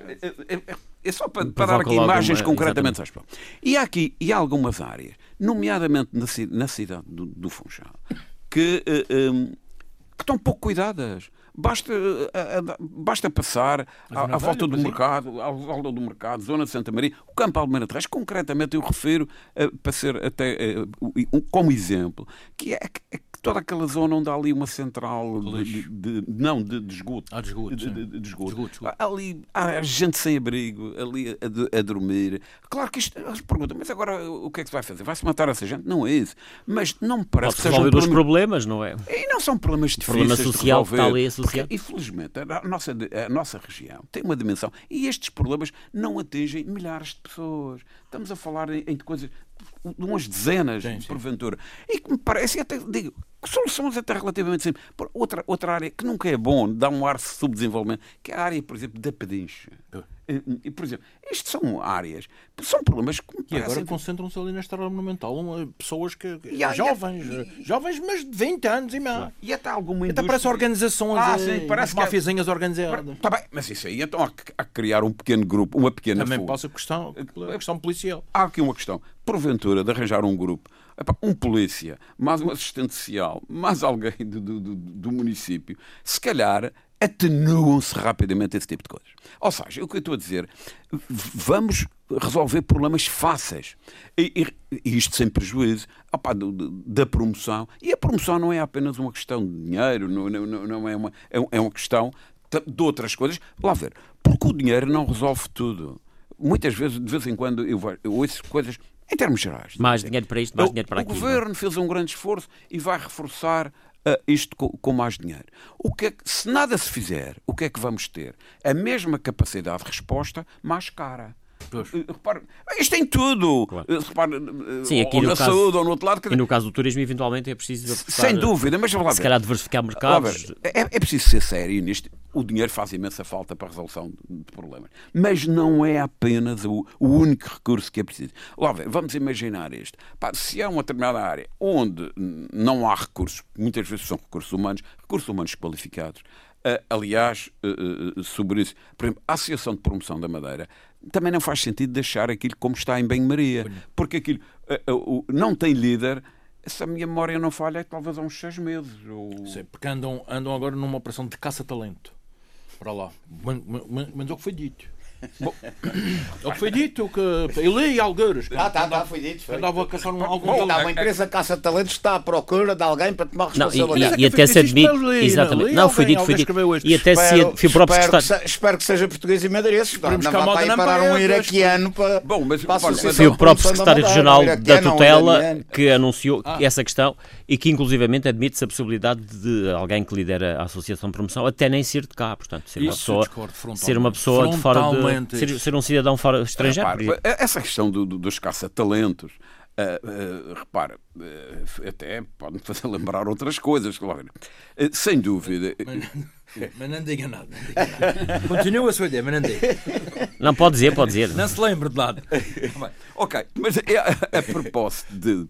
é só para dar aqui imagens concretamente. E há algumas áreas, nomeadamente na cidade do Funchal, que estão pouco cuidadas. Basta passar à volta do mercado, zona de Santa Maria, o Campo Almeida Terrestre, concretamente eu refiro para ser até como exemplo, que toda aquela zona onde há ali uma central de esgoto. De esgoto. De esgoto. Ali há gente sem abrigo, ali a dormir. Claro que isto se pergunta, mas agora o que é que se vai fazer? Vai-se matar essa gente? Não é isso. Mas não me parece que sejam resolver os problemas, não é? E não são problemas difíceis problema social de resolver. Que está ali associado. Porque, infelizmente, a nossa região tem uma dimensão e estes problemas não atingem milhares de pessoas. Estamos a falar em coisas de umas dezenas, porventura. E que me parece, até digo, soluções até relativamente simples. Outra área que nunca é bom, dá um ar de subdesenvolvimento, que é a área, por exemplo, da pedincha. E, por exemplo, isto são áreas, são problemas que me parecem... E agora concentram-se ali na Estrada Monumental pessoas que... jovens, mas de 20 anos e mais. E até alguma indústria... Até parece organizações, parece mafiazinhas organizadas. Está bem, mas isso aí, então há que criar um pequeno grupo, uma pequena Também fuga. passa a questão policial. Há aqui uma questão, porventura, de arranjar um grupo, um polícia, mais um assistente social, mais alguém do município, se calhar atenuam-se rapidamente esse tipo de coisas. Ou seja, o que eu estou a dizer, vamos resolver problemas fáceis. E isto sem prejuízo da promoção. E a promoção não é apenas uma questão de dinheiro, não é uma questão de outras coisas. Lá ver, porque o dinheiro não resolve tudo. Muitas vezes, de vez em quando, eu ouço coisas em termos gerais. Mais dinheiro para isto, mais dinheiro para aquilo. O governo fez um grande esforço e vai reforçar isto com mais dinheiro. Se nada se fizer, o que é que vamos ter? A mesma capacidade de resposta, mais cara. Repare, isto tem tudo. Claro. Repare, sim, aqui ou no na caso, saúde ou no outro lado. E no caso do turismo, eventualmente, é preciso apostar, sem dúvida, mas se calhar diversificar mercados. É preciso ser sério nisto. O dinheiro faz imensa falta para a resolução de problemas. Mas não é apenas o único recurso que é preciso. Lá ver, vamos imaginar isto. Se há uma determinada área onde não há recursos, muitas vezes são recursos humanos qualificados. Aliás, sobre isso, por exemplo, a Associação de Promoção da Madeira também não faz sentido deixar aquilo como está em Banho-Maria, porque aquilo não tem líder. Se a minha memória não falha, é talvez há uns 6 meses. Sim, porque andam agora numa operação de caça-talento para lá. Mas é o que foi dito. Bom, é o que foi dito, que ele e Algueiras. Foi dito. Andava a caçar algum talento. Uma empresa caça-talentos está à procura de alguém para tomar responsabilidade. E até se admite. Exatamente. Não, foi dito. E até se o próprio secretário. Espero que seja português e madeirense. Não vai parar um iraquiano para. Foi o próprio secretário regional da tutela que anunciou essa questão e que, inclusivamente, admite-se a possibilidade de alguém que lidera a Associação de Promoção até nem ser de cá. Portanto, ser uma pessoa de fora de. Ser um cidadão fora estrangeiro. Essa questão dos caça-talentos, repara, até pode-me fazer lembrar outras coisas, claro. Sem dúvida. Mas não diga nada. Continua a sua ideia, mas não diga. Não, pode dizer. Não se lembre de lado. Ok, mas a propósito de.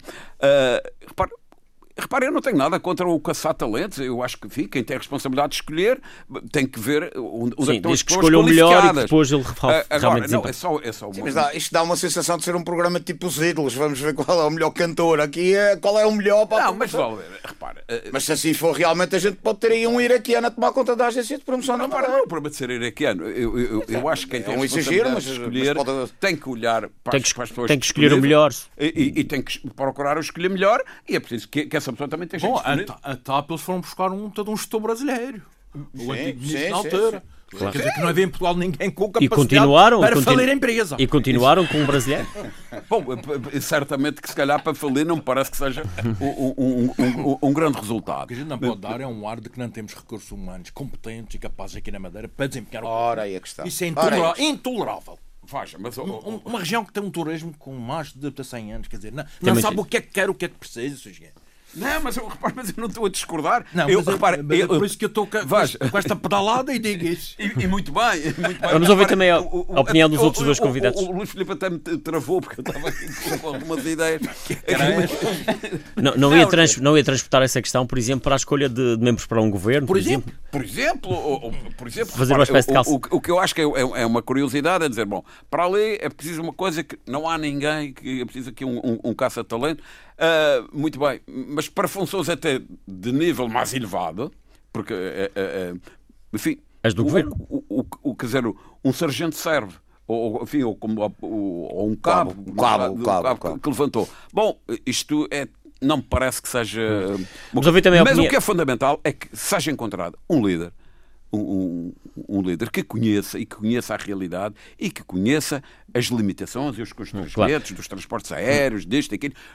Repare, eu não tenho nada contra o caçar talentos. Eu acho que quem tem a responsabilidade de escolher tem que ver onde estão as pessoas escolha o melhor e que depois ele realmente não, é só sim, mas isto dá uma sensação de ser um programa tipo Os Ídolos. Vamos ver qual é o melhor cantor. Aqui qual é o melhor para... Não, mas repare... Mas se assim for, realmente a gente pode ter aí um iraquiano a tomar conta da agência de promoção da Madeira. Não é o problema de ser iraquiano. Eu acho que quem tem a responsabilidade de escolher tem que olhar para as pessoas. Tem que escolher o melhor. E tem que procurar escolher melhor. E é preciso que essa pessoa também tenha gente disponível. A TAP eles foram buscar todo um gestor brasileiro. O antigo ministro na altura. Claro. Quer dizer que não havia em Portugal ninguém com capacidade para falir a empresa. E continuaram com um brasileiro? Bom, certamente que se calhar para falir não me parece que seja um grande resultado. O que a gente não pode dar é um ar de que não temos recursos humanos competentes e capazes aqui na Madeira para desempenhar o Ora, aí a questão. Isso é intolerável. Veja, mas uma região que tem um turismo com mais de 100 anos, quer dizer, não sabe o que é que quer, o que é que precisa, sujeito. Não, mas eu não estou a discordar. Não, por isso que eu estou com esta pedalada e digo isso. E muito bem. Vamos ouvir também a opinião dos outros dois convidados. O Luís Filipe até me travou porque eu estava aqui com algumas ideias. Não ia transportar essa questão, por exemplo, para a escolha de membros para um governo, por exemplo. Por exemplo, fazer uma espécie de calça. O que eu acho que é uma curiosidade é dizer, bom, para ali é preciso uma coisa que não há ninguém, que é preciso aqui um caça-talento. Muito bem, mas para funções até de nível mais elevado, porque, enfim, as do governo, quer dizer, um sargento serve, ou um cabo que levantou. Bom, isto não me parece que seja... Mas o que é fundamental é que seja encontrado um líder, um líder que conheça a realidade e que conheça as limitações e os constrangimentos dos transportes aéreos, deste e aquilo.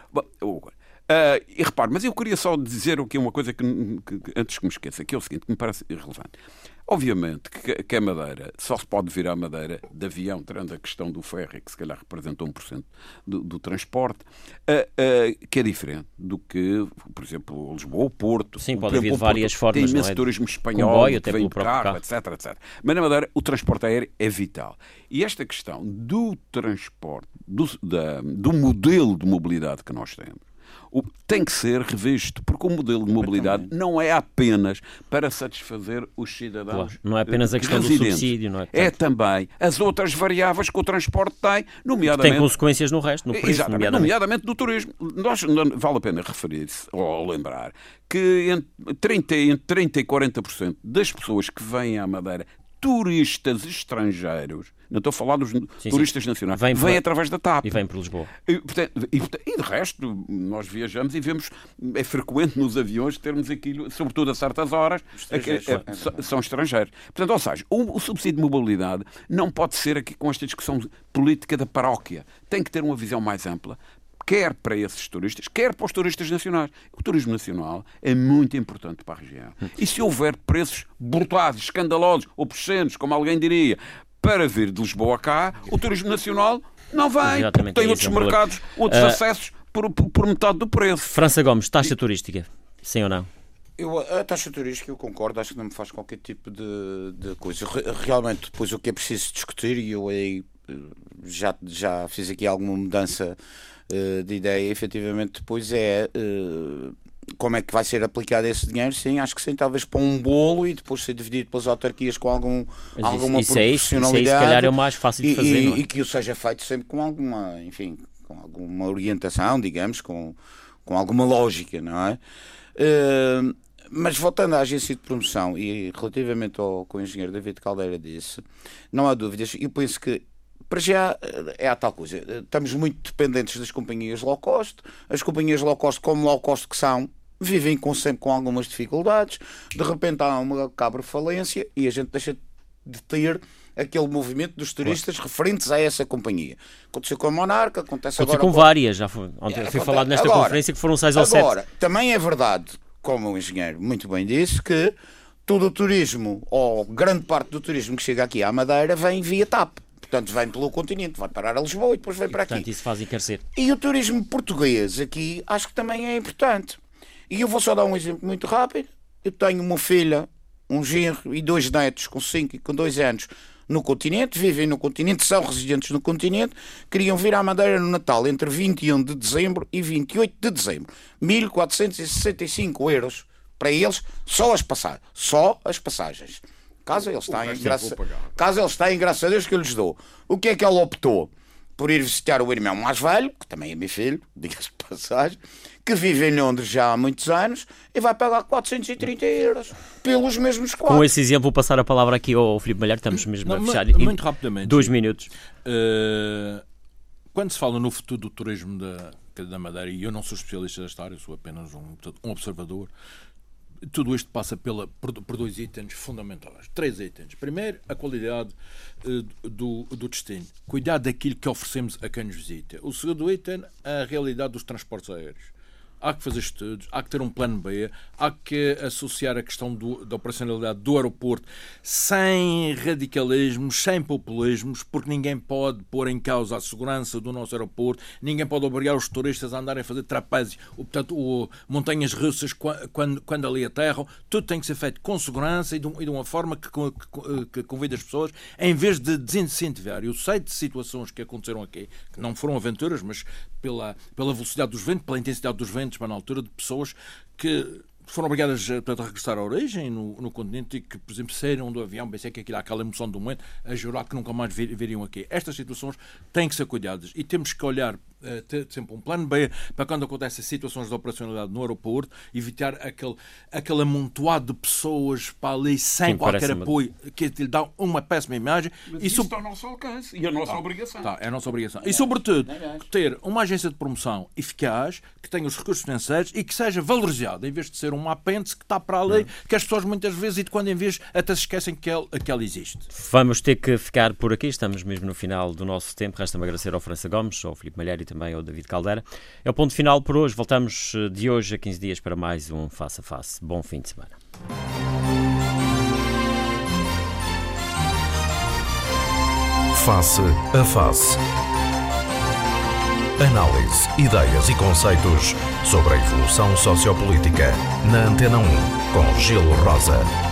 E repare, mas eu queria só dizer aqui uma coisa que antes que me esqueça, que é o seguinte, que me parece irrelevante. Obviamente que a Madeira só se pode vir à Madeira de avião, tirando a questão do ferry, que se calhar representa 1% do transporte, que é diferente do que, por exemplo, Lisboa ou Porto. Sim, pode haver várias formas. Tem imenso turismo espanhol, comboio, que vem de carro, etc. Mas na Madeira o transporte aéreo é vital. E esta questão do transporte, do modelo de mobilidade que nós temos, tem que ser revisto, porque o modelo de mobilidade não é apenas para satisfazer os cidadãos. Não é apenas a questão do subsídio. Não é também as outras variáveis que o transporte tem, nomeadamente... Tem consequências no resto, no preço, nomeadamente do turismo. Vale a pena referir-se, ou lembrar, que entre 30% e 40% das pessoas que vêm à Madeira, turistas estrangeiros, não estou a falar dos turistas nacionais, vêm através da TAP. E vêm por Lisboa. E de resto, nós viajamos e vemos, é frequente nos aviões termos aquilo, sobretudo a certas horas, são estrangeiros. Portanto, ou seja, o subsídio de mobilidade não pode ser aqui com esta discussão política da paróquia. Tem que ter uma visão mais ampla, quer para esses turistas, quer para os turistas nacionais. O turismo nacional é muito importante para a região. E se houver preços brutais, escandalosos, obscenos, como alguém diria, para vir de Lisboa cá, o turismo nacional não vem, porque tem outros mercados, outros acessos por metade do preço. França Gomes, taxa turística, sim ou não? A taxa turística, eu concordo, acho que não me faz qualquer tipo de coisa. Realmente, depois o que é preciso discutir, e eu aí já fiz aqui alguma mudança de ideia, efetivamente, depois como é que vai ser aplicado esse dinheiro. Sim, acho que sim, talvez para um bolo e depois ser dividido pelas autarquias com alguma proporcionalidade. Isso se calhar é o mais fácil de fazer, não é? E que o seja feito sempre com alguma, enfim, com alguma orientação, digamos, com alguma lógica, não é? Mas voltando à agência de promoção e relativamente ao que o engenheiro David Caldeira disse, não há dúvidas, eu penso que para já é a tal coisa, estamos muito dependentes das companhias low cost, as companhias low cost, como low cost que são, vivem sempre com algumas dificuldades, de repente há uma falência e a gente deixa de ter aquele movimento dos turistas referentes a essa companhia. Aconteceu com a Monarca, acontece agora com várias, já foi falado nesta conferência que foram 6 ou 7. Agora, também é verdade, como o engenheiro muito bem disse, que todo o turismo, ou grande parte do turismo que chega aqui à Madeira, vem via TAP. Portanto, vem pelo continente, vai parar a Lisboa e depois vem para aqui. Portanto, isso faz encarecer. E o turismo português aqui, acho que também é importante. E eu vou só dar um exemplo muito rápido. Eu tenho uma filha, um genro e 2 netos com 5 e com 2 anos no continente, vivem no continente, são residentes no continente, queriam vir à Madeira no Natal entre 21 de dezembro e 28 de dezembro. 1.465 euros para eles, só as passagens. Caso eles tenham, graças a Deus que eu lhes dou. O que é que ela optou? Por ir visitar o irmão mais velho, que também é meu filho, diga-se de passagem, que vive em Londres já há muitos anos e vai pagar 430 euros pelos mesmos 4. Com esse exemplo, vou passar a palavra aqui ao Filipe Malheiro, estamos mesmo a fechar. Muito rapidamente. 2 minutos. Quando se fala no futuro do turismo da Madeira, e eu não sou especialista desta área, sou apenas um observador, tudo isto passa por 2 itens fundamentais. 3 itens. Primeiro, a qualidade do destino. Cuidar daquilo que oferecemos a quem nos visita. O segundo item, a realidade dos transportes aéreos. Há que fazer estudos, há que ter um plano B, há que associar a questão da operacionalidade do aeroporto sem radicalismos, sem populismos, porque ninguém pode pôr em causa a segurança do nosso aeroporto, ninguém pode obrigar os turistas a andarem a fazer trapézios, portanto, montanhas russas quando ali aterram. Tudo tem que ser feito com segurança e de uma forma que convide as pessoas, em vez de desincentivar. Eu sei de situações que aconteceram aqui, que não foram aventuras, mas pela velocidade dos ventos, pela intensidade dos ventos, mas na altura de pessoas que foram obrigadas portanto, a regressar à origem no continente e que, por exemplo, saíram do avião, pensei que aquela emoção do momento, a jurar que nunca mais viriam aqui. Estas situações têm que ser cuidadas e temos que olhar, ter sempre um plano B para quando acontecem situações de operacionalidade no aeroporto, evitar aquele amontoado de pessoas para ali sem qualquer apoio, que lhe dá uma péssima imagem. Mas isso está ao nosso alcance e a nossa obrigação. É a nossa obrigação. E, sobretudo, ter uma agência de promoção eficaz, que tenha os recursos financeiros e que seja valorizada, em vez de ser um apêndice que está para ali, que as pessoas muitas vezes, e de quando em vez, até se esquecem que ela existe. Vamos ter que ficar por aqui, estamos mesmo no final do nosso tempo. Resta-me agradecer ao França Gomes, ao Filipe Malheiro e também ao David Caldeira. É o ponto final por hoje. Voltamos de hoje a 15 dias para mais um Face a Face. Bom fim de semana. Face a Face. Análise, ideias e conceitos sobre a evolução sociopolítica na Antena 1 com Gil Rosa.